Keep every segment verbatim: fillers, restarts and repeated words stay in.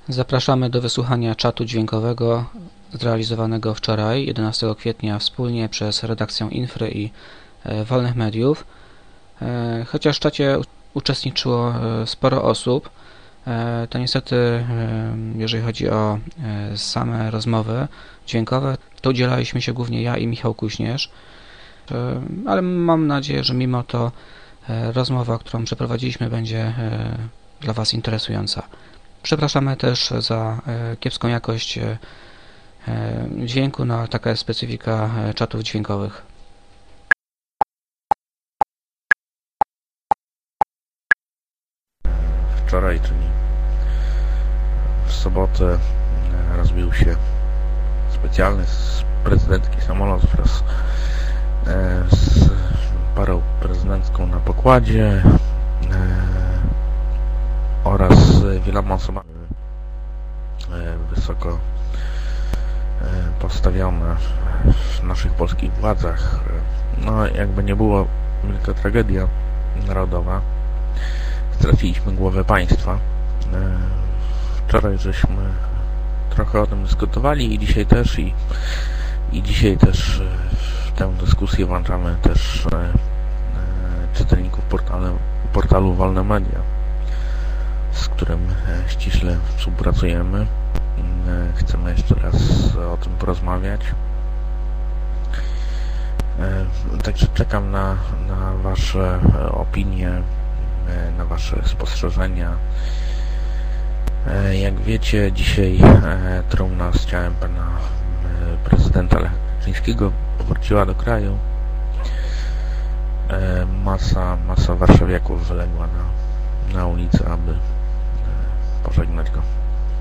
Zapraszamy do wysłuchania czatu dźwiękowego zrealizowanego wczoraj, jedenastego kwietnia, wspólnie przez redakcję Infry i Wolnych Mediów. Chociaż w czacie uczestniczyło sporo osób, to niestety, jeżeli chodzi o same rozmowy dźwiękowe, to udzielaliśmy się głównie ja i Michał Kuźnierz, ale mam nadzieję, że mimo to rozmowa, którą przeprowadziliśmy, będzie dla Was interesująca. Przepraszamy też za kiepską jakość dźwięku, no taka jest specyfika czatów dźwiękowych. Wczoraj, czyli w sobotę, rozbił się specjalny z prezydentki samolot wraz z parą prezydencką na pokładzie oraz wieloma osobami wysoko postawione w naszych polskich władzach. No, jakby nie było, wielka tragedia narodowa. Straciliśmy głowę państwa. Wczoraj żeśmy trochę o tym dyskutowali i dzisiaj też i, i dzisiaj też w tę dyskusję włączamy też czytelników portalu, portalu Wolne Media, z którym ściśle współpracujemy. Chcemy jeszcze raz o tym porozmawiać. Także czekam na, na Wasze opinie, na Wasze spostrzeżenia. Jak wiecie, dzisiaj trumna z ciałem pana prezydenta Kaczyńskiego powróciła do kraju. Masa, masa warszawiaków wyległa na, na ulicę, aby pożegnać go.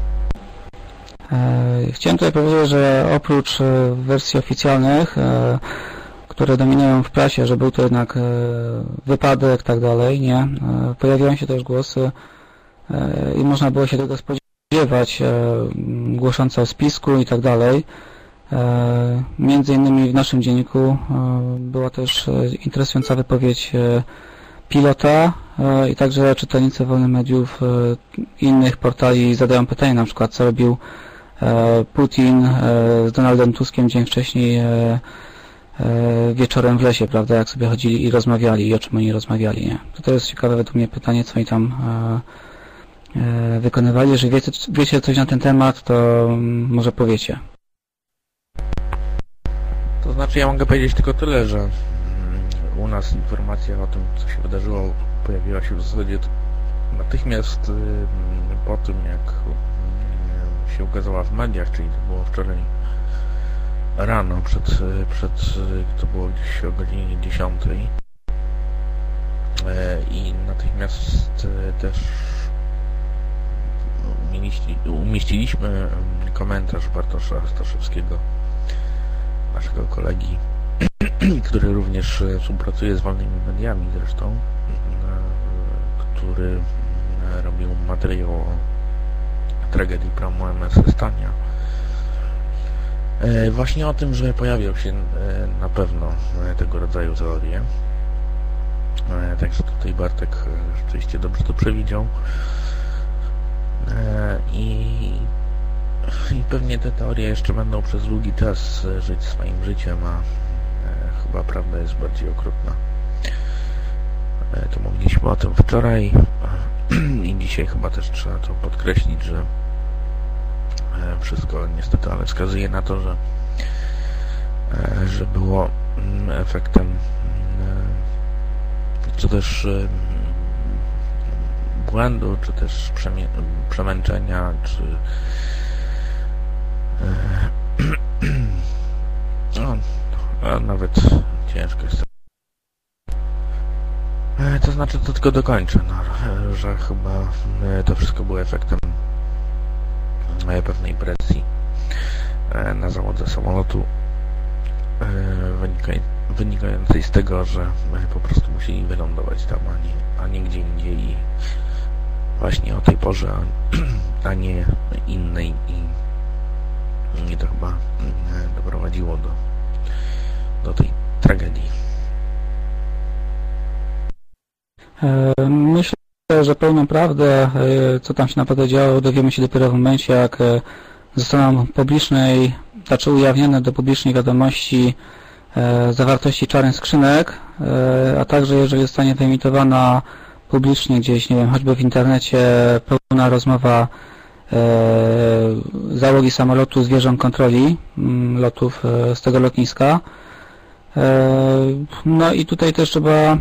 Chciałem tutaj powiedzieć, że oprócz wersji oficjalnych, które dominują w prasie, że był to jednak wypadek, tak dalej, nie, pojawiają się też głosy i można było się tego spodziewać, głoszące o spisku i tak dalej. Między innymi w naszym dzienniku była też interesująca wypowiedź pilota i także czytelnicy Wolnych Mediów innych portali zadają pytanie, na przykład co robił Putin z Donaldem Tuskiem dzień wcześniej wieczorem w lesie, prawda, jak sobie chodzili i rozmawiali i o czym oni rozmawiali, nie? To jest ciekawe według mnie pytanie, co oni tam wykonywali. Jeżeli wiecie, wiecie coś na ten temat, to może powiecie. To znaczy, ja mogę powiedzieć tylko tyle, że u nas informacja o tym, co się wydarzyło, pojawiła się w zasadzie natychmiast po tym, jak się ukazała w mediach, czyli to było wczoraj rano, przed, przed to było gdzieś o godzinie dziesiątej. I natychmiast też umieściliśmy komentarz Bartosza Staszewskiego, naszego kolegi, który również współpracuje z Wolnymi Mediami zresztą, który robił materiał o tragedii promu M S Stania. Właśnie o tym, że pojawią się na pewno tego rodzaju teorie. Także tutaj Bartek rzeczywiście dobrze to przewidział. I, i pewnie te teorie jeszcze będą przez długi czas żyć swoim życiem, a chyba prawda jest bardziej okrutna. To mówiliśmy o tym wczoraj i dzisiaj chyba też trzeba to podkreślić, że wszystko niestety, ale wskazuje na to, że że było efektem czy też błędu, czy też przemęczenia, czy no, a nawet ciężko jest. To znaczy, to tylko dokończę, no, że chyba to wszystko było efektem pewnej presji na załodze samolotu, wynikającej z tego, że po prostu musieli wylądować tam, a nie, a nie gdzie indziej i właśnie o tej porze, a nie innej, i to chyba doprowadziło do, do tej tragedii. Myślę, że pełną prawdę, co tam się naprawdę działo, dowiemy się dopiero w momencie, jak zostaną publicznej, znaczy ujawnione do publicznej wiadomości zawartości czarnych skrzynek, a także jeżeli zostanie wyemitowana publicznie gdzieś, nie wiem, choćby w internecie pełna rozmowa załogi samolotu z wieżą kontroli lotów z tego lotniska. No i tutaj też trzeba...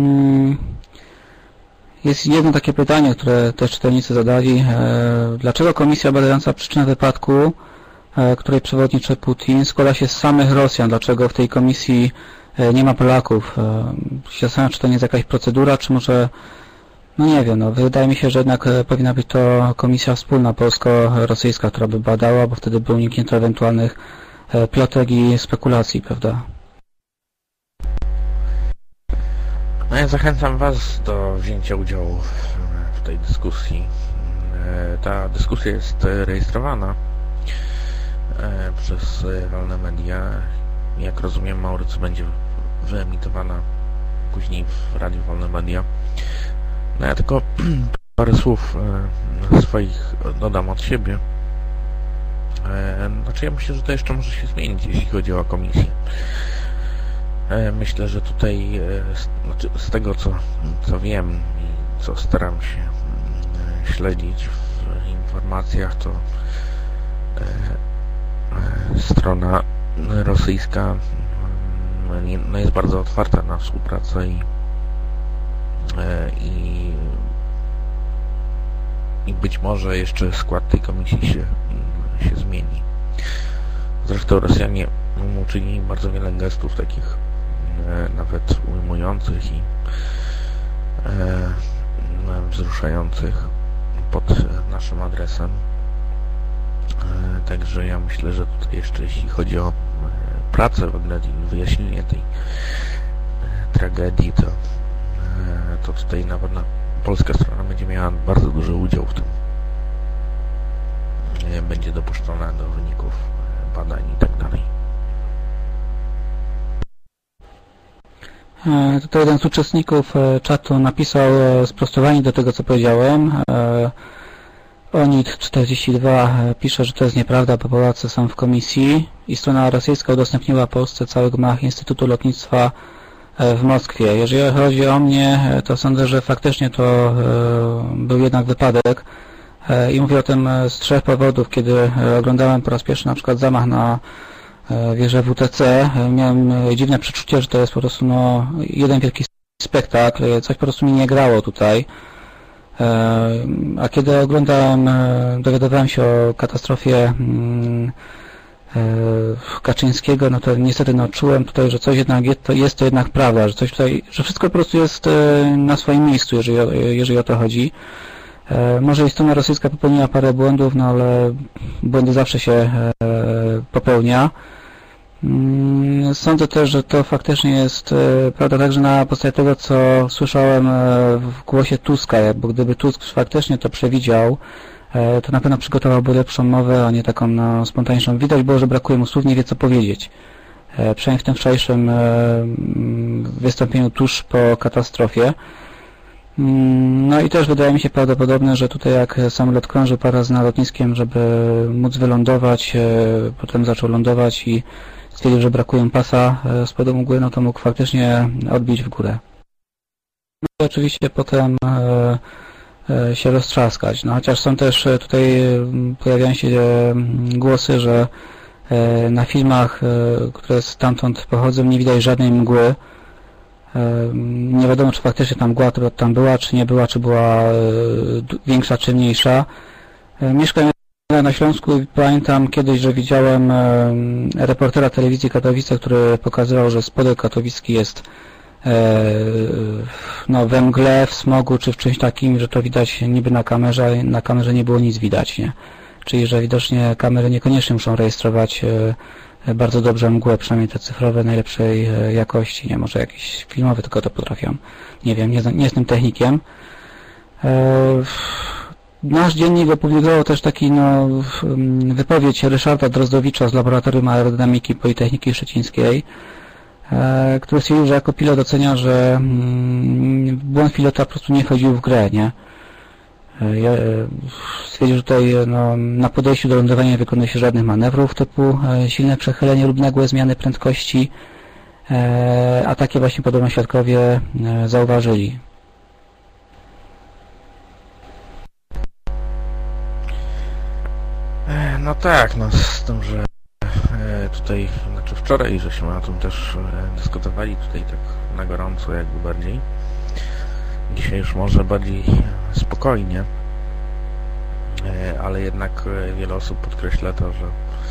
Jest jedno takie pytanie, które też czytelnicy zadali. Dlaczego komisja badająca przyczynę wypadku, której przewodniczy Putin, składa się z samych Rosjan? Dlaczego w tej komisji nie ma Polaków? Się zastanawiam, czy to nie jest jakaś procedura, czy może... No nie wiem, no wydaje mi się, że jednak powinna być to komisja wspólna polsko-rosyjska, która by badała, bo wtedy by uniknięto ewentualnych plotek i spekulacji, prawda? No ja zachęcam Was do wzięcia udziału w tej dyskusji. Ta dyskusja jest rejestrowana przez Wolne Media. Jak rozumiem, Maurycy będzie wyemitowana później w Radiu Wolne Media. No ja tylko parę słów swoich dodam od siebie. Znaczy ja myślę, że to jeszcze może się zmienić, jeśli chodzi o komisję. Myślę, że tutaj znaczy z tego co, co wiem i co staram się śledzić w informacjach, to strona rosyjska no jest bardzo otwarta na współpracę i i, i być może jeszcze skład tej komisji się, się zmieni. Zresztą Rosjanie uczynili bardzo wiele gestów takich e, nawet ujmujących i e, wzruszających pod naszym adresem. E, także ja myślę, że tutaj jeszcze jeśli chodzi o pracę w ogóle i wyjaśnienie tej e, tragedii, to to tutaj na pewno polska strona będzie miała bardzo duży udział w tym. Będzie dopuszczona do wyników badań i tak dalej. Tutaj jeden z uczestników czatu napisał sprostowanie do tego, co powiedziałem. Onit czterdzieści dwa pisze, że to jest nieprawda, bo Polacy są w komisji i strona rosyjska udostępniła Polsce cały gmach Instytutu Lotnictwa w Moskwie. Jeżeli chodzi o mnie, to sądzę, że faktycznie to był jednak wypadek i mówię o tym z trzech powodów. Kiedy oglądałem po raz pierwszy na przykład zamach na wieżę W T C, miałem dziwne przeczucie, że to jest po prostu no, jeden wielki spektakl, coś po prostu mi nie grało tutaj. A kiedy oglądałem, dowiadywałem się o katastrofie Kaczyńskiego, no to niestety no, czułem tutaj, że coś jednak jest to, jest to jednak prawda, że coś tutaj, że wszystko po prostu jest na swoim miejscu, jeżeli, jeżeli o to chodzi. Może i strona rosyjska popełniła parę błędów, no ale błędy zawsze się popełnia. Sądzę też, że to faktycznie jest prawda także na podstawie tego, co słyszałem w głosie Tuska, bo gdyby Tusk faktycznie to przewidział, to na pewno przygotowałby lepszą mowę, a nie taką no, spontaniczną. Widać było, że brakuje mu słów, nie wie co powiedzieć. E, przynajmniej w tym wczorajszym e, wystąpieniu tuż po katastrofie. Mm, no i też wydaje mi się prawdopodobne, że tutaj jak samolot krążył parę razy nad lotniskiem, żeby móc wylądować, e, potem zaczął lądować i stwierdził, że brakuje pasa e, spodu mgły, no to mógł faktycznie odbić w górę. No i oczywiście potem e, się roztrzaskać. No chociaż są też tutaj, pojawiają się głosy, że na filmach, które stamtąd pochodzą, nie widać żadnej mgły. Nie wiadomo, czy faktycznie tam mgła tam była, czy nie była, czy była większa, czy mniejsza. Mieszkam na Śląsku i pamiętam kiedyś, że widziałem reportera telewizji Katowice, który pokazywał, że spodek katowicki jest no, we mgle, w smogu, czy w czymś takim, że to widać niby na kamerze, na kamerze nie było nic widać, nie? Czyli, że widocznie kamery niekoniecznie muszą rejestrować bardzo dobrze mgłę, przynajmniej te cyfrowe, najlepszej jakości, nie? Może jakieś filmowe tylko to potrafią. Nie wiem, nie, nie jestem technikiem. Nasz dziennik opublikował też taki, no, wypowiedź Ryszarda Drozdowicza z Laboratorium Aerodynamiki Politechniki Szczecińskiej, który stwierdził, że jako pilot ocenia, że błąd pilota po prostu nie wchodził w grę, nie? Stwierdził, że tutaj no, na podejściu do lądowania nie wykonuje się żadnych manewrów typu silne przechylenie lub nagłe zmiany prędkości, a takie właśnie podobno świadkowie zauważyli. No tak, no z tym, że tutaj, znaczy wczoraj żeśmy o tym też dyskutowali tutaj tak na gorąco jakby bardziej. Dzisiaj już może bardziej spokojnie, ale jednak wiele osób podkreśla to, że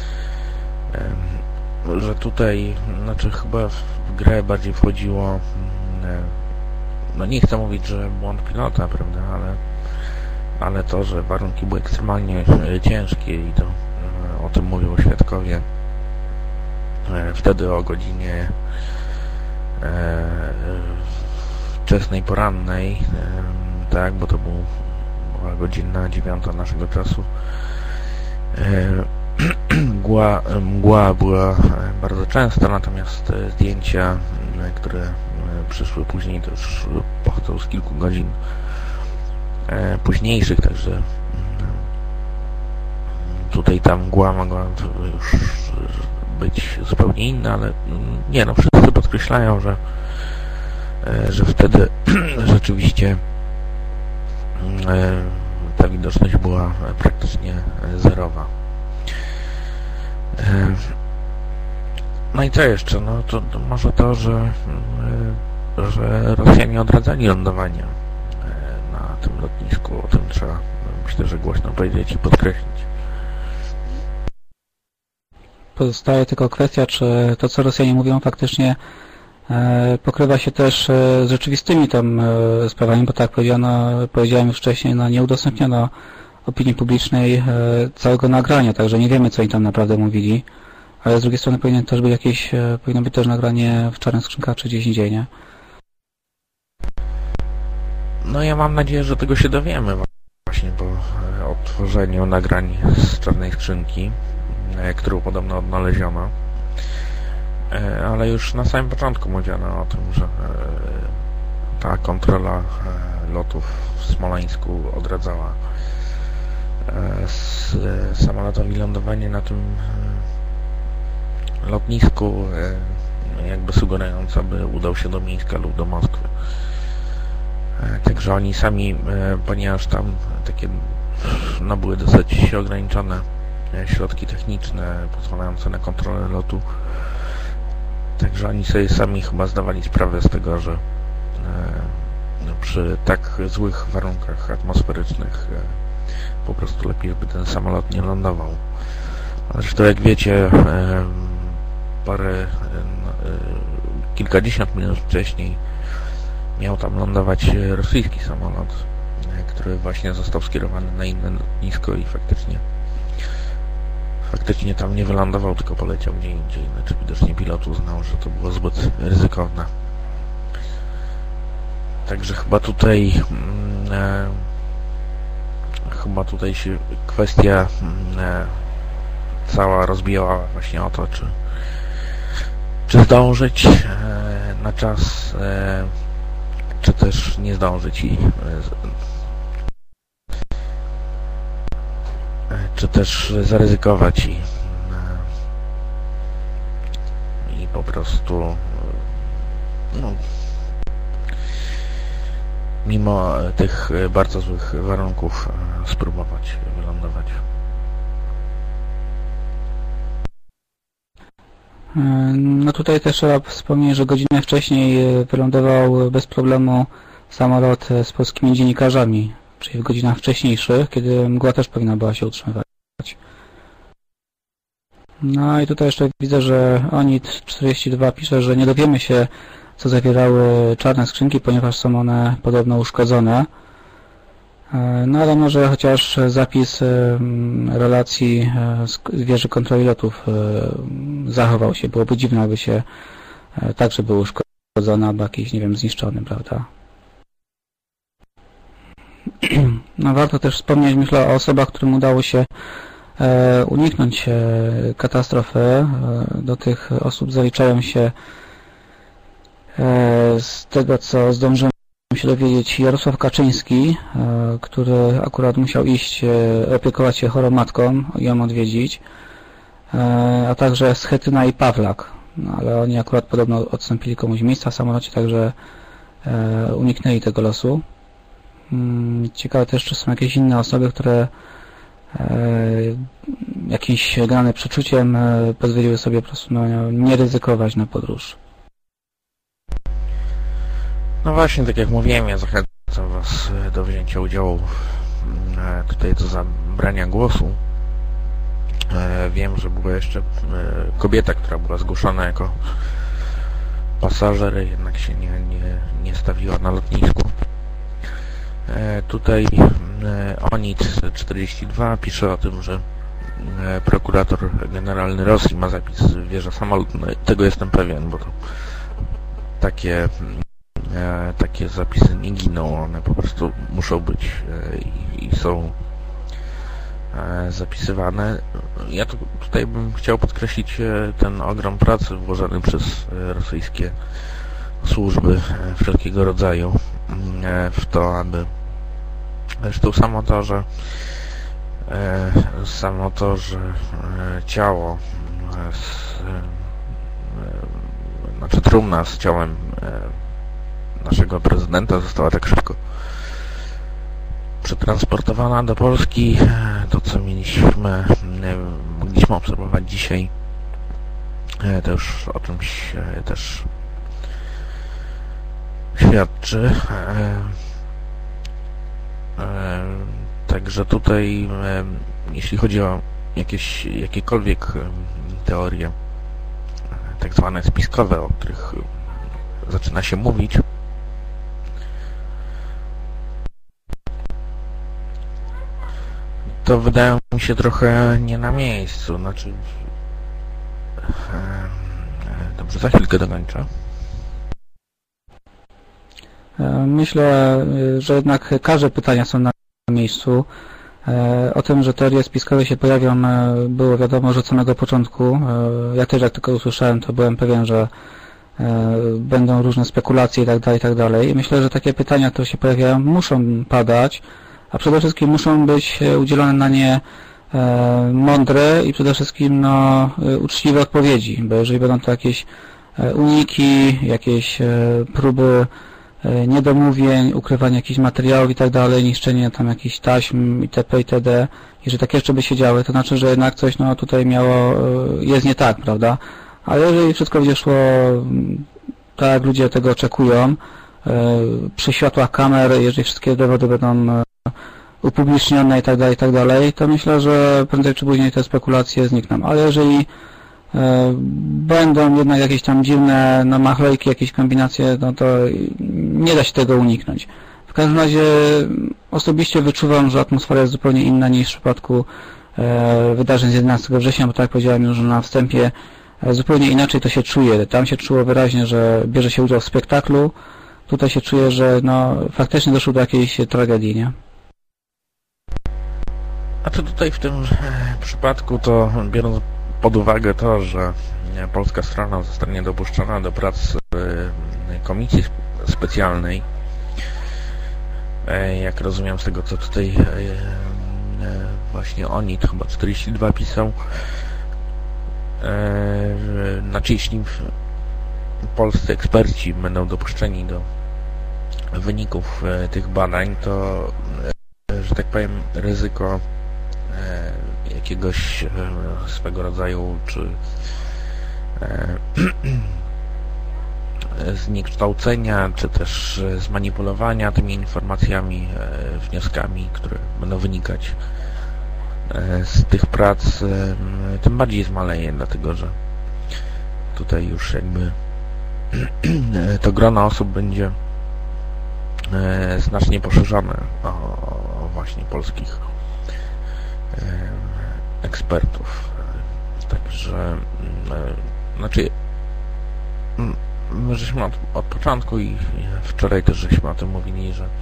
że tutaj, znaczy chyba w grę bardziej wchodziło, no nie chcę mówić, że błąd pilota, prawda, ale ale to, że warunki były ekstremalnie ciężkie i to o tym mówią świadkowie wtedy o godzinie wczesnej porannej, tak, bo to była godzina dziewiąta naszego czasu. Mgła, mgła była bardzo częsta, natomiast zdjęcia, które przyszły później, to już pochodzą z kilku godzin późniejszych, także tutaj ta mgła mogła już być zupełnie inna, ale nie, no wszyscy podkreślają, że że wtedy rzeczywiście ta widoczność była praktycznie zerowa. No i co jeszcze? No to, to może to, że, że Rosjanie odradzali lądowania na tym lotnisku. O tym trzeba, myślę, że głośno powiedzieć i podkreślić. Pozostaje tylko kwestia, czy to, co Rosjanie mówią, faktycznie pokrywa się też z rzeczywistymi tam sprawami, bo tak powiedziano, powiedziałem już wcześniej, no nie udostępniono opinii publicznej całego nagrania, także nie wiemy, co oni tam naprawdę mówili, ale z drugiej strony powinien też być jakieś, powinno być też nagranie w czarnych skrzynkach czy gdzieś indziej, nie? No ja mam nadzieję, że tego się dowiemy właśnie po odtworzeniu nagrań z czarnej skrzynki, którą podobno odnaleziono. Ale już na samym początku mówiono o tym, że ta kontrola lotów w Smoleńsku odradzała samolotowi lądowanie na tym lotnisku, jakby sugerując, aby udał się do Mińska lub do Moskwy. Także oni sami, ponieważ tam takie no, były dosyć ograniczone środki techniczne pozwalające na kontrolę lotu, także oni sobie sami chyba zdawali sprawę z tego, że no, przy tak złych warunkach atmosferycznych po prostu lepiej, żeby ten samolot nie lądował. Zresztą jak wiecie, parę, kilkadziesiąt minut wcześniej miał tam lądować rosyjski samolot, który właśnie został skierowany na inne lotnisko i faktycznie faktycznie tam nie wylądował, tylko poleciał gdzie indziej. Znaczy widocznie pilot uznał, że to było zbyt ryzykowne. Także chyba tutaj e, chyba tutaj się kwestia e, cała rozbijała właśnie o to, czy czy zdążyć e, na czas, e, czy też nie zdążyć i e, czy też zaryzykować i, i po prostu no, mimo tych bardzo złych warunków spróbować wylądować. No tutaj też trzeba wspomnieć, że godzinę wcześniej wylądował bez problemu samolot z polskimi dziennikarzami, czyli w godzinach wcześniejszych, kiedy mgła też powinna była się utrzymywać. No i tutaj jeszcze widzę, że O N I T czterdzieści dwa pisze, że nie dowiemy się, co zawierały czarne skrzynki, ponieważ są one podobno uszkodzone. No ale może chociaż zapis relacji z wieży kontroli lotów zachował się. Byłoby dziwne, aby się tak, że był uszkodzony, albo jakiś, nie wiem, zniszczony, prawda? No warto też wspomnieć, myślę, o osobach, którym udało się uniknąć katastrofy. Do tych osób zaliczają się Z tego, co zdążyłem się dowiedzieć, Jarosław Kaczyński, który akurat musiał iść opiekować się chorą matką i ją odwiedzić, a także Schetyna i Pawlak, no, ale oni akurat podobno odstąpili komuś miejsca w samolocie, także uniknęli tego losu. Ciekawe też, czy są jakieś inne osoby, które jakimś grane przeczuciem pozwoliły sobie po prostu no, nie ryzykować na podróż. No właśnie, tak jak mówiłem, ja zachęcam Was do wzięcia udziału tutaj do zabrania głosu. Wiem, że była jeszcze kobieta, która była zgłoszona jako pasażer, jednak się nie, nie, nie stawiła na lotnisku. Tutaj Onit czterdzieści dwa pisze o tym, że prokurator generalny Rosji ma zapis w wieży samolot. No, tego jestem pewien, bo to takie takie zapisy nie giną, one po prostu muszą być i, i są zapisywane. Ja tu, tutaj bym chciał podkreślić ten ogrom pracy włożony przez rosyjskie służby wszelkiego rodzaju w to, aby zresztą samo to, że samo to, że ciało z, znaczy trumna z ciałem naszego prezydenta została tak szybko przetransportowana do Polski. To, co mieliśmy, mogliśmy obserwować dzisiaj, to już o czymś też świadczy. Także tutaj, jeśli chodzi o jakieś, jakiekolwiek teorie tak zwane spiskowe, o których zaczyna się mówić, to wydają mi się trochę nie na miejscu. Znaczy, dobrze, za chwilkę dokończę. Myślę, że jednak każde pytania są na miejscu. O tym, że teorie spiskowe się pojawią, było wiadomo już od samego początku. Ja też, jak tylko usłyszałem, to byłem pewien, że będą różne spekulacje i tak dalej, i tak dalej. I myślę, że takie pytania, które się pojawiają, muszą padać, a przede wszystkim muszą być udzielone na nie mądre i przede wszystkim no, uczciwe odpowiedzi, bo jeżeli będą to jakieś uniki, jakieś próby niedomówień, ukrywanie jakichś materiałów i tak dalej, niszczenie tam jakichś taśm itp. itd. Jeżeli tak jeszcze by się działy, to znaczy, że jednak coś no tutaj miało, jest nie tak, prawda? Ale jeżeli wszystko będzie szło tak, jak ludzie tego oczekują, przy światłach kamer, jeżeli wszystkie dowody będą upublicznione i tak dalej, i tak dalej, to myślę, że prędzej czy później te spekulacje znikną. Ale jeżeli będą jednak jakieś tam dziwne no, machlejki, jakieś kombinacje, no to nie da się tego uniknąć. W każdym razie osobiście wyczuwam, że atmosfera jest zupełnie inna niż w przypadku e, wydarzeń z jedenastego września, bo tak jak powiedziałem już na wstępie, e, zupełnie inaczej to się czuje. Tam się czuło wyraźnie, że bierze się udział w spektaklu, tutaj się czuje, że no, faktycznie doszło do jakiejś tragedii, nie? A to tutaj w tym przypadku to biorąc pod uwagę to, że polska strona zostanie dopuszczona do prac komisji specjalnej, jak rozumiem z tego, co tutaj właśnie Onit chyba czterdzieści dwa pisał, znaczy jeśli polscy eksperci będą dopuszczeni do wyników tych badań, to, że tak powiem, ryzyko jakiegoś swego rodzaju czy zniekształcenia, czy też zmanipulowania tymi informacjami, wnioskami, które będą wynikać z tych prac, tym bardziej zmaleje, dlatego że tutaj już jakby to grono osób będzie znacznie poszerzone o właśnie polskich ekspertów. Także znaczy my żeśmy od, od początku i wczoraj też żeśmy o tym mówili, że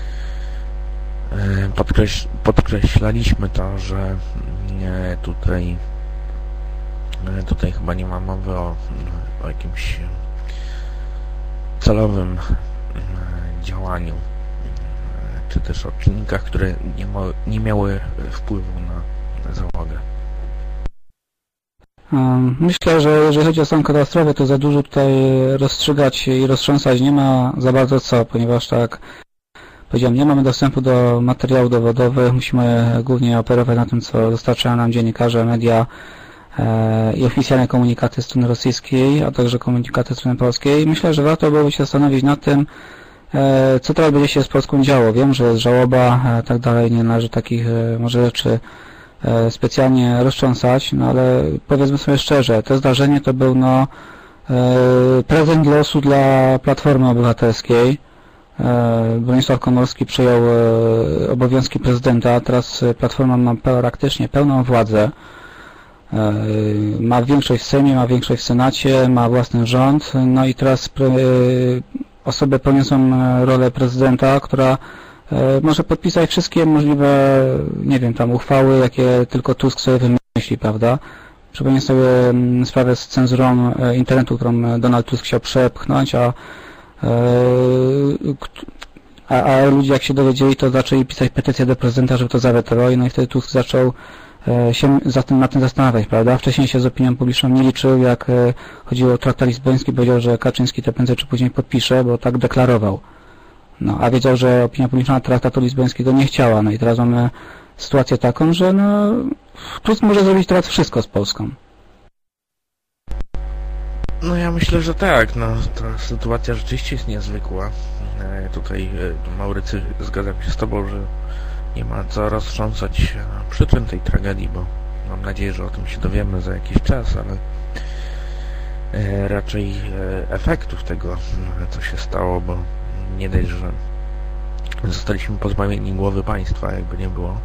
podkreś, podkreślaliśmy to, że tutaj tutaj chyba nie ma mowy o, o jakimś celowym działaniu, czy też o czynnikach, które nie, ma, nie miały wpływu na załogę. Myślę, że jeżeli chodzi o samą katastrofę, to za dużo tutaj rozstrzygać i roztrząsać nie ma za bardzo co, ponieważ tak powiedziałem, nie mamy dostępu do materiałów dowodowych, musimy głównie operować na tym, co dostarczają nam dziennikarze, media e, i oficjalne komunikaty strony rosyjskiej, a także komunikaty strony polskiej. Myślę, że warto byłoby się zastanowić nad tym, e, co teraz będzie się z Polską działo. Wiem, że jest żałoba, e, tak dalej, nie należy takich e, może rzeczy e, specjalnie roztrząsać, no ale powiedzmy sobie szczerze, to zdarzenie to był no e, prezent losu dla Platformy Obywatelskiej. Bronisław Komorowski przejął obowiązki prezydenta, teraz Platforma ma praktycznie pełną władzę, ma większość w Sejmie, ma większość w Senacie, ma własny rząd, no i teraz osobę poniosą rolę prezydenta, która może podpisać wszystkie możliwe, nie wiem, tam uchwały, jakie tylko Tusk sobie wymyśli, prawda? Przypomnę sobie sprawę z cenzurą internetu, którą Donald Tusk chciał przepchnąć, a A, a ludzie jak się dowiedzieli, to zaczęli pisać petycję do prezydenta, żeby to zawetował, no i wtedy Tusk zaczął się za tym, nad tym zastanawiać, prawda? Wcześniej się z opinią publiczną nie liczył, jak chodziło o traktat lizboński, powiedział, że Kaczyński to prędzej czy później podpisze, bo tak deklarował. No, a wiedział, że opinia publiczna traktatu lizbońskiego nie chciała, no i teraz mamy sytuację taką, że no, Tusk może zrobić teraz wszystko z Polską. No ja myślę, że tak. No, ta sytuacja rzeczywiście jest niezwykła. E, tutaj e, Maurycy, zgadzam się z Tobą, że nie ma co roztrząsać przyczyn tej tragedii, bo mam nadzieję, że o tym się dowiemy za jakiś czas, ale e, raczej e, efektów tego, co się stało, bo nie dość, że zostaliśmy pozbawieni głowy państwa, jakby nie było.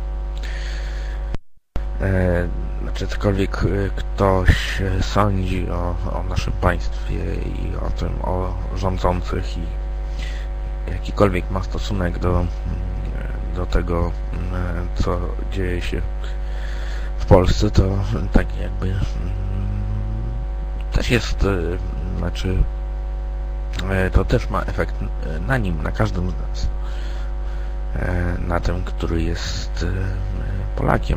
E, Znaczy, cokolwiek ktoś sądzi o, o naszym państwie i o tym, o rządzących i jakikolwiek ma stosunek do, do tego, co dzieje się w Polsce, to tak jakby też jest, znaczy, to też ma efekt na nim, na każdym z nas, na tym, który jest Polakiem.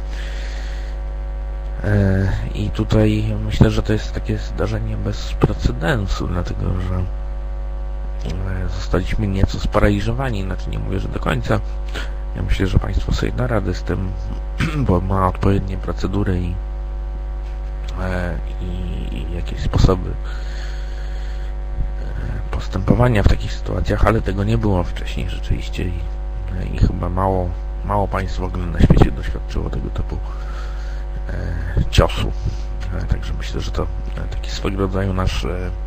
I tutaj myślę, że to jest takie zdarzenie bez precedensu, dlatego że zostaliśmy nieco sparaliżowani, znaczy nie mówię, że do końca. Ja myślę, że państwo sobie da radę z tym, bo ma odpowiednie procedury i, i, i jakieś sposoby postępowania w takich sytuacjach, ale tego nie było wcześniej rzeczywiście i, i chyba mało, mało państw w ogóle na świecie doświadczyło tego typu ciosu. Także myślę, że to taki swego rodzaju nasz...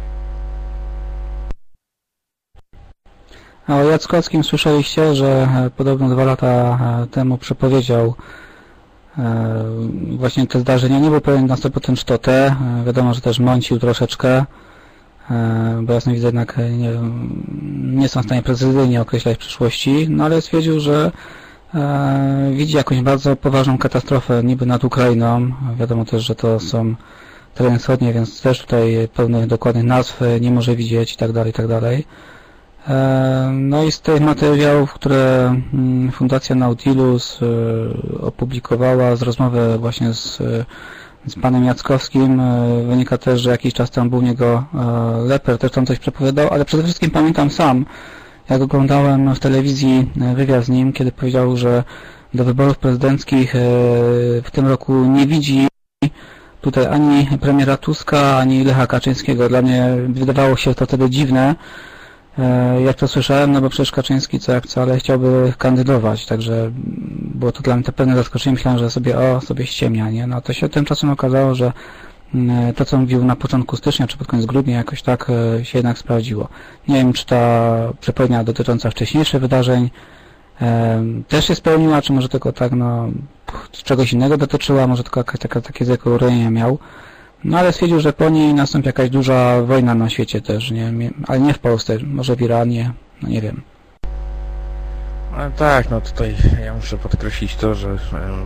A o Jackowskim słyszeliście, że podobno dwa lata temu przepowiedział właśnie te zdarzenia. Nie był pewien na sto procent czy to te. Wiadomo, że też mącił troszeczkę, bo jasno widzę, jednak nie, nie są w stanie precyzyjnie określać przyszłości, no ale stwierdził, że widzi jakąś bardzo poważną katastrofę niby nad Ukrainą. Wiadomo też, że to są tereny wschodnie, więc też tutaj pełnych dokładnych nazw nie może widzieć i tak dalej, i tak dalej. No i z tych materiałów, które Fundacja Nautilus opublikowała z rozmowy właśnie z, z panem Jackowskim, wynika też, że jakiś czas temu był u niego Leper, też tam coś przepowiadał, ale przede wszystkim pamiętam sam, jak oglądałem w telewizji wywiad z nim, kiedy powiedział, że do wyborów prezydenckich w tym roku nie widzi tutaj ani premiera Tuska, ani Lecha Kaczyńskiego. Dla mnie wydawało się to wtedy dziwne, jak to słyszałem, no bo przecież Kaczyński co jak co, ale chciałby kandydować, także było to dla mnie to pewne zaskoczenie. Myślałem, że sobie o, sobie ściemnia, nie? No to się tymczasem okazało, że to, co mówił na początku stycznia, czy pod koniec grudnia, jakoś tak się jednak sprawdziło. Nie wiem, czy ta przepowiednia dotycząca wcześniejszych wydarzeń e, też się spełniła, czy może tylko tak, no, czegoś innego dotyczyła, może tylko jakaś taka, takie zwykłe urojenia miał. No ale stwierdził, że po niej nastąpi jakaś duża wojna na świecie też, nie? Ale nie w Polsce, może w Iranie, no nie wiem. No tak, no tutaj ja muszę podkreślić to, że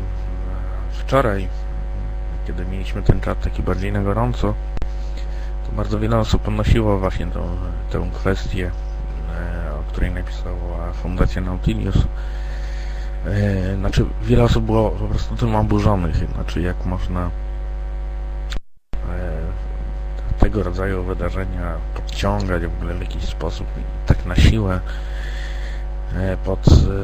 wczoraj, kiedy mieliśmy ten czat taki bardziej na gorąco, to bardzo wiele osób podnosiło właśnie tą, tę kwestię, o której napisała Fundacja Nautilus. Znaczy, wiele osób było po prostu tym oburzonych, znaczy jak można tego rodzaju wydarzenia podciągać w ogóle w jakiś sposób, tak na siłę pod,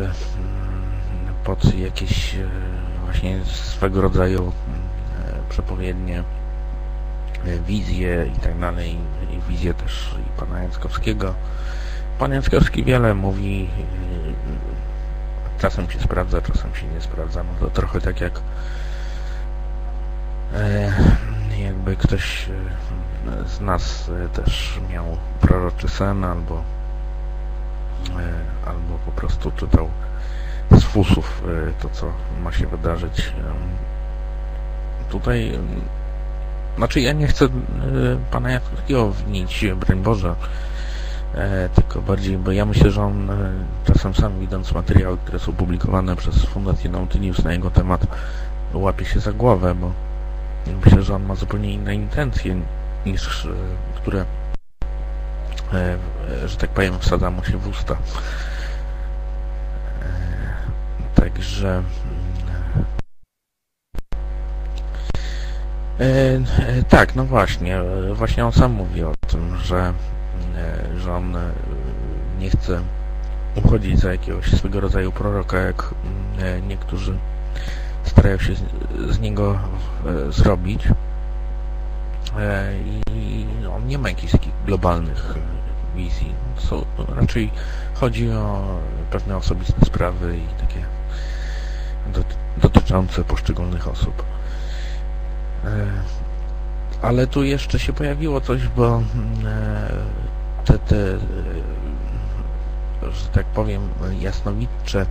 pod jakieś właśnie swego rodzaju przepowiednie, wizje i tak dalej, i wizje też i pana Jackowskiego. Pan Jackowski wiele mówi, czasem się sprawdza, czasem się nie sprawdza. No to trochę tak jak jakby ktoś z nas też miał proroczy sen, albo albo po prostu czytał z fusów to, co ma się wydarzyć. Tutaj, znaczy ja nie chcę pana Jackowskiego winić, broń Boże, tylko bardziej, bo ja myślę, że on czasem sam, widząc materiały, które są publikowane przez Fundację Nautilus na jego temat, łapie się za głowę, bo myślę, że on ma zupełnie inne intencje niż które, że tak powiem, wsadza mu się w usta. Także tak, no właśnie, właśnie on sam mówi o tym, że, że on nie chce uchodzić za jakiegoś swego rodzaju proroka, jak niektórzy starają się z niego zrobić, i on nie ma jakichś takich globalnych wizji. Są, raczej chodzi o pewne osobiste sprawy i takie dotyczące poszczególnych osób. Ale tu jeszcze się pojawiło coś, bo te, te że tak powiem, jasnowidcze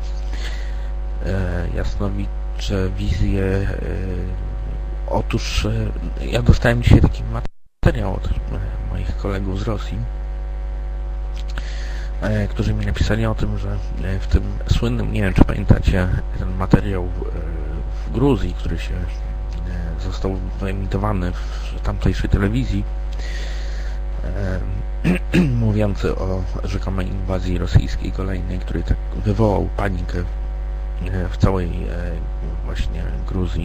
jasnowidcze wizje. Otóż ja dostałem dzisiaj taki materiał od moich kolegów z Rosji, którzy mi napisali o tym, że w tym słynnym, nie wiem czy pamiętacie, ten materiał w Gruzji, który się został wyemitowany w tamtejszej telewizji, mówiący o rzekomej inwazji rosyjskiej kolejnej, który tak wywołał panikę w całej właśnie Gruzji.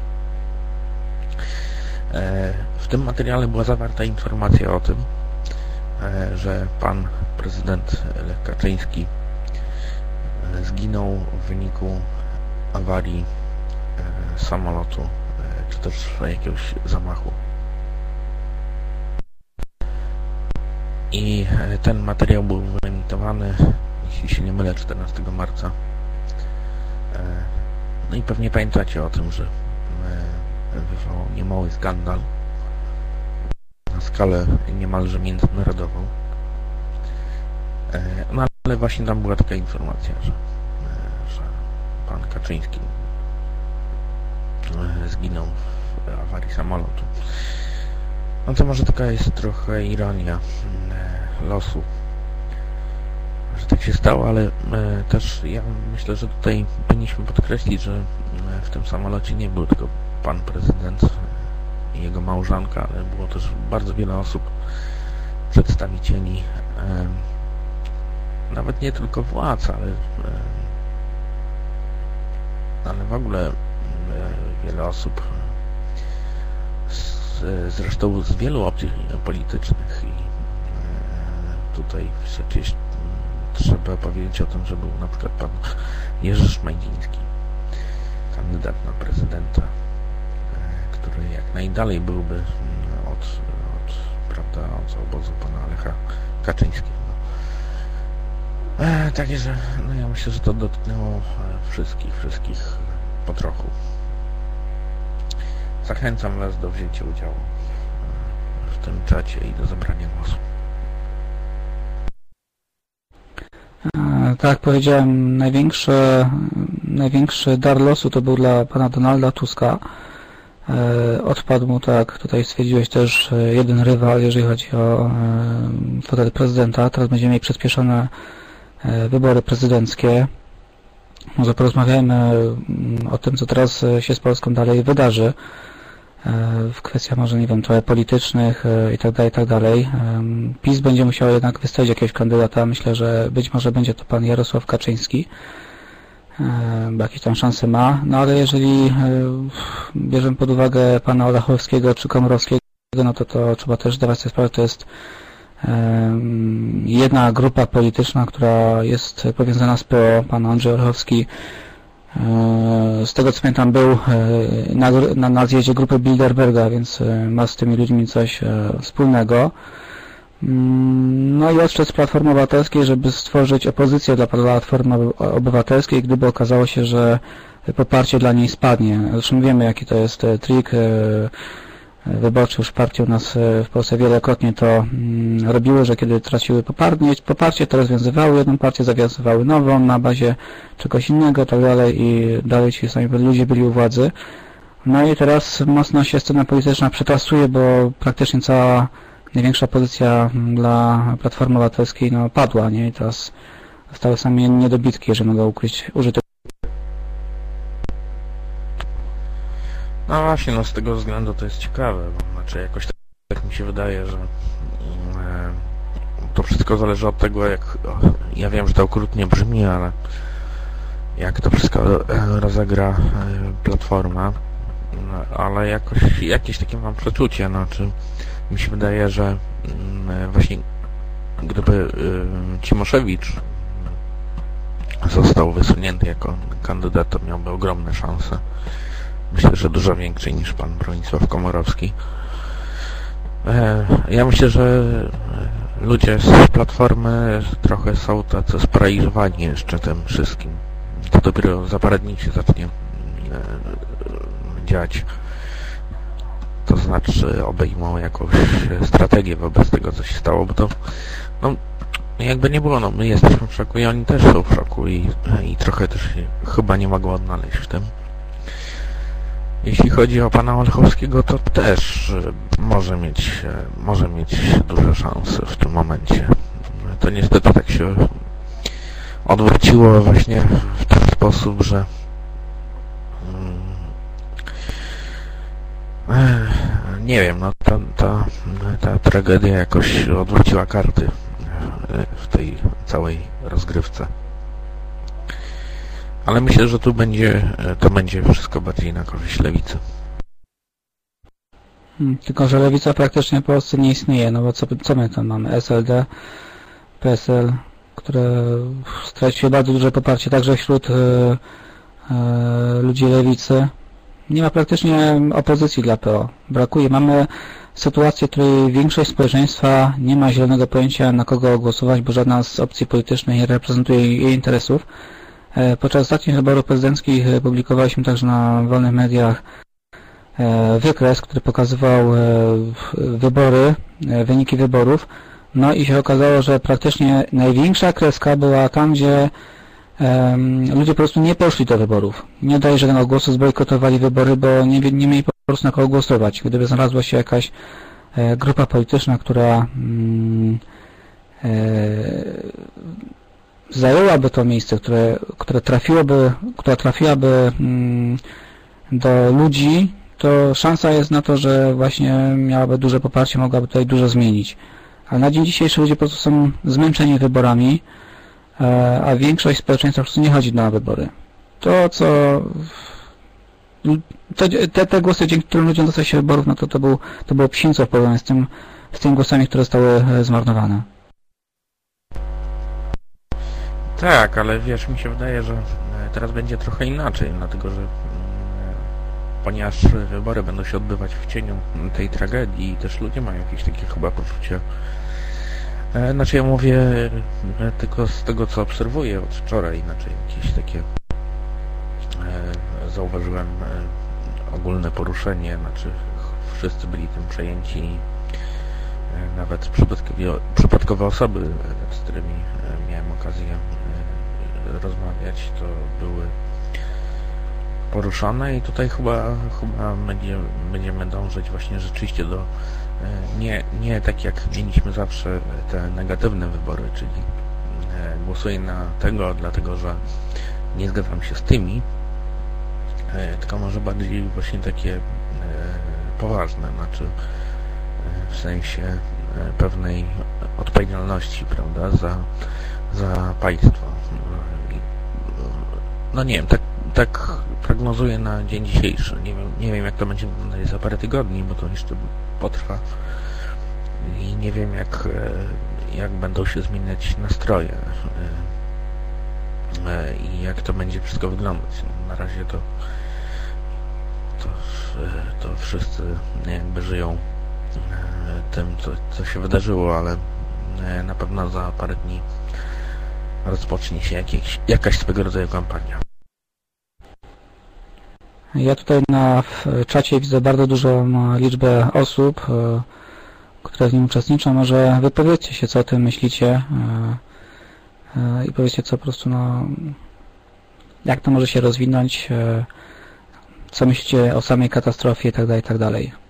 W tym materiale była zawarta informacja o tym, że pan prezydent Lech Kaczyński zginął w wyniku awarii samolotu, czy też jakiegoś zamachu. I ten materiał był wyemitowany, jeśli się nie mylę, czternastego marca. No i pewnie pamiętacie o tym, że wywołał niemały skandal na skalę niemalże międzynarodową. No ale właśnie tam była taka informacja, że, że pan Kaczyński zginął w awarii samolotu. No to może taka jest trochę ironia losu, że tak się stało, ale też ja myślę, że tutaj powinniśmy podkreślić, że w tym samolocie nie był tylko pan prezydent i jego małżonka, ale było też bardzo wiele osób, przedstawicieli, nawet nie tylko władz, ale, ale w ogóle wiele osób, z, zresztą z wielu opcji politycznych, i tutaj przecież trzeba powiedzieć o tym, że był na przykład pan Jerzy Szmajdziński, kandydat na prezydenta, który jak najdalej byłby od, od, prawda, od obozu pana Lecha Kaczyńskiego. E, takie, że no ja myślę, że to dotknęło wszystkich, wszystkich po trochu. Zachęcam was do wzięcia udziału w, w tym czacie i do zabrania głosu. E, tak, powiedziałem, największy, największy dar losu to był dla pana Donalda Tuska. Odpadł mu, tak, tutaj stwierdziłeś też, jeden rywal, jeżeli chodzi o fotel prezydenta. Teraz będziemy mieli przyspieszone wybory prezydenckie. Może porozmawiajmy o tym, co teraz się z Polską dalej wydarzy. w kwestiach może, nie wiem, trochę politycznych i tak dalej, i tak dalej. PiS będzie musiał jednak wystawić jakiegoś kandydata. Myślę, że być może będzie to pan Jarosław Kaczyński, bo jakieś tam szanse ma. No ale jeżeli bierzemy pod uwagę pana Olechowskiego czy Komorowskiego, no to to trzeba też zdawać sobie sprawę, to jest jedna grupa polityczna, która jest powiązana z P O. Pan Andrzej Olechowski, z tego co pamiętam, był na, na, na zjeździe grupy Bilderberga, więc ma z tymi ludźmi coś wspólnego. No i odszedł z Platformy Obywatelskiej, żeby stworzyć opozycję dla Platformy Obywatelskiej, gdyby okazało się, że poparcie dla niej spadnie. Zresztą wiemy, jaki to jest trik wyborczy. Już partie u nas w Polsce wielokrotnie to robiły, że kiedy traciły poparcie, to rozwiązywały jedną partię, zawiązywały nową na bazie czegoś innego i tak dalej i dalej ci sami ludzie byli u władzy. No i teraz mocno się scena polityczna przetasuje, bo praktycznie cała największa pozycja dla Platformy Obywatelskiej no, padła, nie? I teraz zostały same niedobitki, jeżeli mogę ukryć, użyć. No właśnie, no z tego względu to jest ciekawe, bo znaczy jakoś tak, tak mi się wydaje, że e, to wszystko zależy od tego, jak, o, ja wiem, że to okrutnie brzmi, ale jak to wszystko e, rozegra e, Platforma, no, ale jakoś, jakieś takie mam przeczucie, znaczy mi się wydaje, że e, właśnie gdyby e, Cimoszewicz został wysunięty jako kandydat, to miałby ogromne szanse. Myślę, że dużo większy niż pan Bronisław Komorowski. Ja myślę, że ludzie z Platformy trochę są tacy sparaliżowani jeszcze tym wszystkim. To dopiero za parę dni się zacznie dziać. To znaczy obejmą jakąś strategię wobec tego, co się stało, bo to no, jakby nie było, no my jesteśmy w szoku i oni też są w szoku i, i trochę też się chyba nie mogą odnaleźć w tym. Jeśli chodzi o pana Olechowskiego, to też może mieć, może mieć duże szanse w tym momencie. To niestety tak się odwróciło właśnie w ten sposób, że nie wiem, no ta, ta, ta tragedia jakoś odwróciła karty w tej całej rozgrywce. Ale myślę, że tu będzie, to będzie wszystko bardziej na korzyść lewicy. Tylko, że lewica praktycznie w Polsce nie istnieje, no bo co, co my tam mamy? S L D, P S L, które straciły bardzo duże poparcie także wśród e, e, ludzi lewicy. Nie ma praktycznie opozycji dla P O. Brakuje. Mamy sytuację, w której większość społeczeństwa nie ma zielonego pojęcia, na kogo głosować, bo żadna z opcji politycznych nie reprezentuje jej interesów. Podczas ostatnich wyborów prezydenckich publikowaliśmy także na wolnych mediach wykres, który pokazywał wybory, wyniki wyborów. No i się okazało, że praktycznie największa kreska była tam, gdzie ludzie po prostu nie poszli do wyborów. Nie dali żadnego głosu, zbojkotowali wybory, bo nie, nie mieli po prostu na kogo głosować. Gdyby znalazła się jakaś grupa polityczna, która zajęłaby to miejsce, które, które trafiłoby, która trafiłaby mm, do ludzi, to szansa jest na to, że właśnie miałaby duże poparcie, mogłaby tutaj dużo zmienić. Ale na dzień dzisiejszy ludzie po prostu są zmęczeni wyborami, e, a większość społeczeństwa po prostu nie chodzi na wybory. To, co to, te, te głosy, dzięki którym ludziom dostaje się wyborów, no to to, był, to było psińco w porównaniu z tym, z tymi głosami, które zostały zmarnowane. Tak, ale wiesz, mi się wydaje, że teraz będzie trochę inaczej, dlatego że ponieważ wybory będą się odbywać w cieniu tej tragedii i też ludzie mają jakieś takie chyba poczucie. Znaczy ja mówię tylko z tego, co obserwuję od wczoraj, znaczy jakieś takie zauważyłem ogólne poruszenie, znaczy wszyscy byli tym przejęci, nawet przypadkowe, przypadkowe osoby, z którymi miałem okazję rozmawiać, to były poruszane i tutaj chyba, chyba będzie, będziemy dążyć właśnie rzeczywiście do nie, nie tak jak mieliśmy zawsze te negatywne wybory, czyli głosuję na tego, dlatego że nie zgadzam się z tymi, tylko może bardziej właśnie takie poważne, znaczy w sensie pewnej odpowiedzialności, prawda, za, za państwo. No nie wiem, tak, tak prognozuję na dzień dzisiejszy. Nie wiem, nie wiem jak to będzie za parę tygodni, bo to jeszcze potrwa. I nie wiem jak, jak będą się zmieniać nastroje i jak to będzie wszystko wyglądać. Na razie to to, to wszyscy jakby żyją tym, co, co się wydarzyło, ale na pewno za parę dni rozpocznie się jakieś, jakaś swego rodzaju kampania. Ja tutaj na czacie widzę bardzo dużą liczbę osób, które w nim uczestniczą. Może wypowiedzcie się, co o tym myślicie i powiedzcie, co po prostu, no, jak to może się rozwinąć, co myślicie o samej katastrofie itd., itd.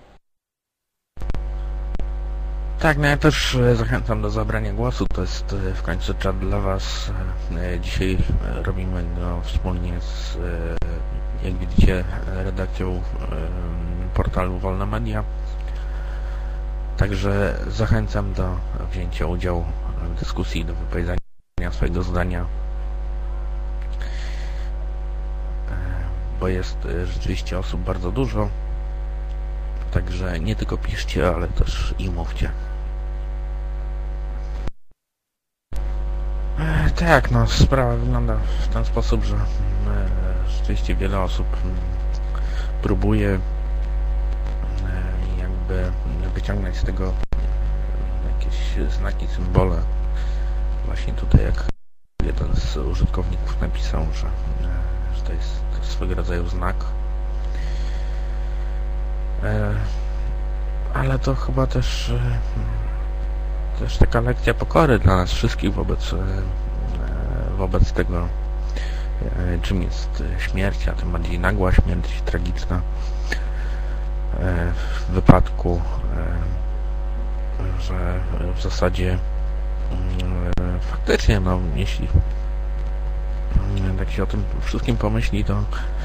Tak, no ja też zachęcam do zabrania głosu. To jest w końcu czat dla Was. Dzisiaj robimy go wspólnie z, jak widzicie, redakcją portalu Wolna Media. Także zachęcam do wzięcia udziału w dyskusji, do wypowiedzenia swojego zdania, bo jest rzeczywiście osób bardzo dużo. Także nie tylko piszcie, ale też i mówcie. Tak, no sprawa wygląda w ten sposób, że rzeczywiście wiele osób próbuje jakby wyciągnąć z tego jakieś znaki, symbole. Właśnie tutaj jak jeden z użytkowników napisał, że, że to jest swego rodzaju znak. Ale to chyba też też taka lekcja pokory dla nas wszystkich wobec wobec tego, czym jest śmierć, a tym bardziej nagła śmierć, tragiczna w wypadku, że w zasadzie faktycznie, no jeśli tak się o tym wszystkim pomyśli, to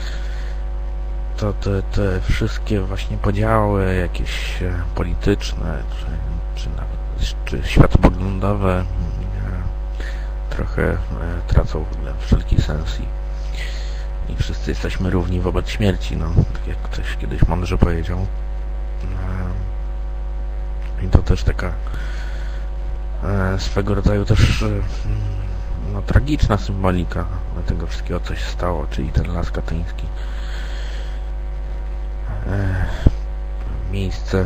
to te, te wszystkie właśnie podziały jakieś polityczne, czy, czy nawet czy światopoglądowe trochę tracą wszelki sens i, i wszyscy jesteśmy równi wobec śmierci, no, tak jak ktoś kiedyś mądrze powiedział. I to też taka swego rodzaju też no, tragiczna symbolika tego wszystkiego, co się stało, czyli ten las katyński. Miejsce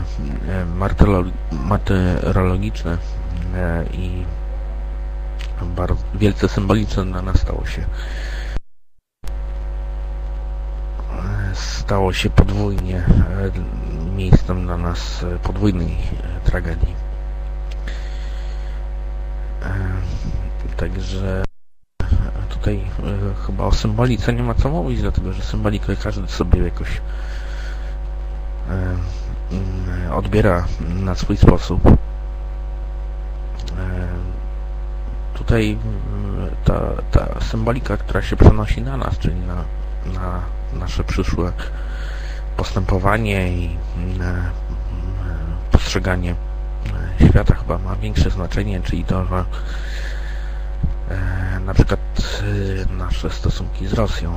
martyrologiczne i bardzo wielce symboliczne dla nas stało się stało się podwójnie miejscem dla nas podwójnej tragedii. Także tutaj chyba o symbolice nie ma co mówić, dlatego że symbolikę każdy sobie jakoś odbiera na swój sposób. Tutaj ta, ta symbolika, która się przenosi na nas, czyli na, na nasze przyszłe postępowanie i postrzeganie świata, chyba ma większe znaczenie, czyli to, że na przykład nasze stosunki z Rosją,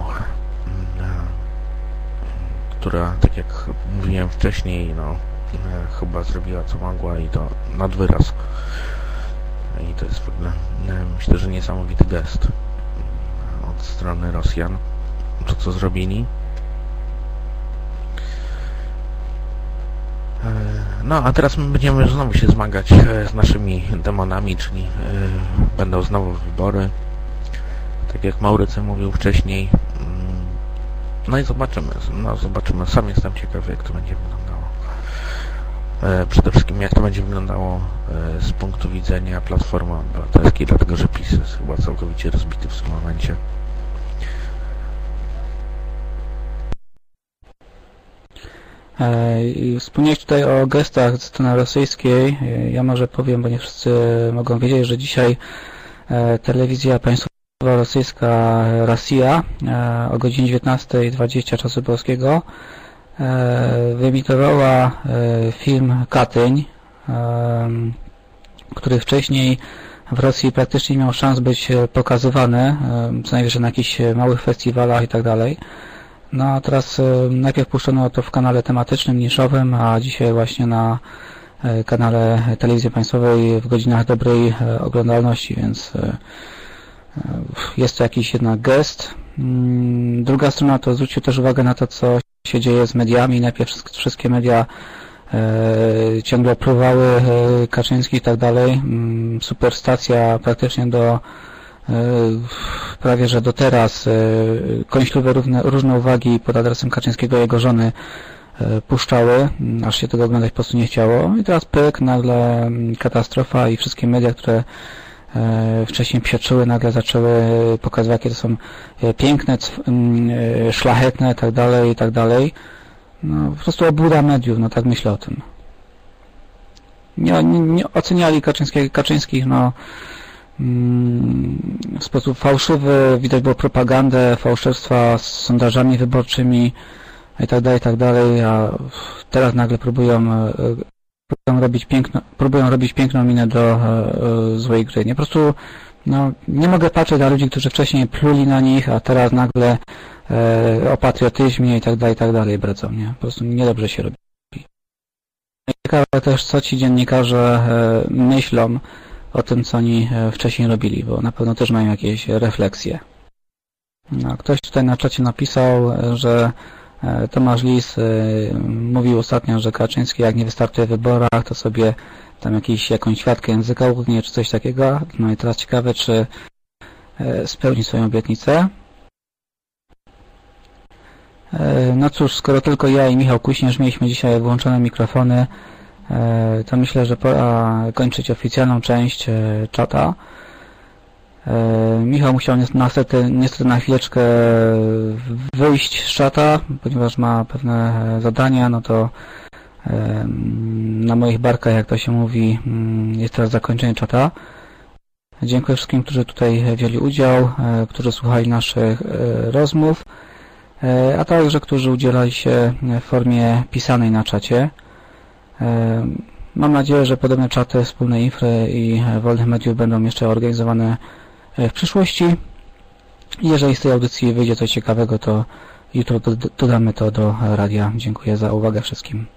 która, tak jak mówiłem wcześniej, no chyba zrobiła co mogła i to nad wyraz. I to jest w ogóle, myślę, że niesamowity gest od strony Rosjan, to co zrobili. No, a teraz my będziemy znowu się zmagać z naszymi demonami, czyli będą znowu wybory, tak jak Maurycy mówił wcześniej. No i zobaczymy, no zobaczymy. Sam jestem ciekawy, jak to będzie wyglądało. Przede wszystkim jak to będzie wyglądało z punktu widzenia Platformy Obywatelskiej, dlatego że PiS jest chyba całkowicie rozbity w tym momencie. Wspomniałeś tutaj o gestach ze strony rosyjskiej. Ja może powiem, bo nie wszyscy mogą wiedzieć, że dzisiaj telewizja państwowa rosyjska Rosja o godzinie dziewiętnastej dwadzieścia czasu polskiego wyemitowała film Katyń, który wcześniej w Rosji praktycznie nie miał szans być pokazywany, co najwyżej na jakichś małych festiwalach i tak dalej. No a teraz najpierw puszczono to w kanale tematycznym, niszowym, a dzisiaj właśnie na kanale telewizji państwowej w godzinach dobrej oglądalności, więc jest to jakiś jednak gest. Druga strona to zwrócił też uwagę na to, co się dzieje z mediami. Najpierw wszystkie media e, ciągle opluwały e, Kaczyński i tak dalej. Superstacja praktycznie do e, prawie że do teraz e, kąśliwe równe, różne uwagi pod adresem Kaczyńskiego i jego żony e, puszczały, aż się tego oglądać po prostu nie chciało. I teraz pyk, nagle katastrofa i wszystkie media, które wcześniej psioczyły, nagle zaczęły pokazywać, jakie to są piękne, szlachetne, tak dalej, i tak dalej. No, po prostu obłuda mediów, no tak myślę o tym. Nie, nie, nie oceniali Kaczyńskich, Kaczyńskich, no w sposób fałszywy, widać było propagandę, fałszerstwa z sondażami wyborczymi i tak dalej, i tak dalej, a teraz nagle próbują Próbują robić, piękno, próbują robić piękną minę do e, złej gry. Nie, po prostu no, nie mogę patrzeć na ludzi, którzy wcześniej pluli na nich, a teraz nagle e, o patriotyzmie i tak dalej, i tak dalej bredzą. Nie? Po prostu niedobrze się robi. Ciekawe też, co ci dziennikarze e, myślą o tym, co oni e, wcześniej robili, bo na pewno też mają jakieś refleksje. No, ktoś tutaj na czacie napisał, że Tomasz Lis mówił ostatnio, że Kaczyński jak nie wystartuje w wyborach, to sobie tam jakiś, jakąś ćwiartkę języka ugnie, czy coś takiego. No i teraz ciekawe, czy spełni swoją obietnicę. No cóż, skoro tylko ja i Michał Kuśnierz mieliśmy dzisiaj włączone mikrofony, to myślę, że pora kończyć oficjalną część czata. Michał musiał niestety, niestety na chwileczkę wyjść z czata, ponieważ ma pewne zadania, no to na moich barkach, jak to się mówi, jest teraz zakończenie czata. Dziękuję wszystkim, którzy tutaj wzięli udział, którzy słuchali naszych rozmów, a także którzy udzielali się w formie pisanej na czacie. Mam nadzieję, że podobne czaty wspólnej infry i wolnych mediów będą jeszcze organizowane w przyszłości. Jeżeli z tej audycji wyjdzie coś ciekawego, to jutro dodamy to do radia. Dziękuję za uwagę wszystkim.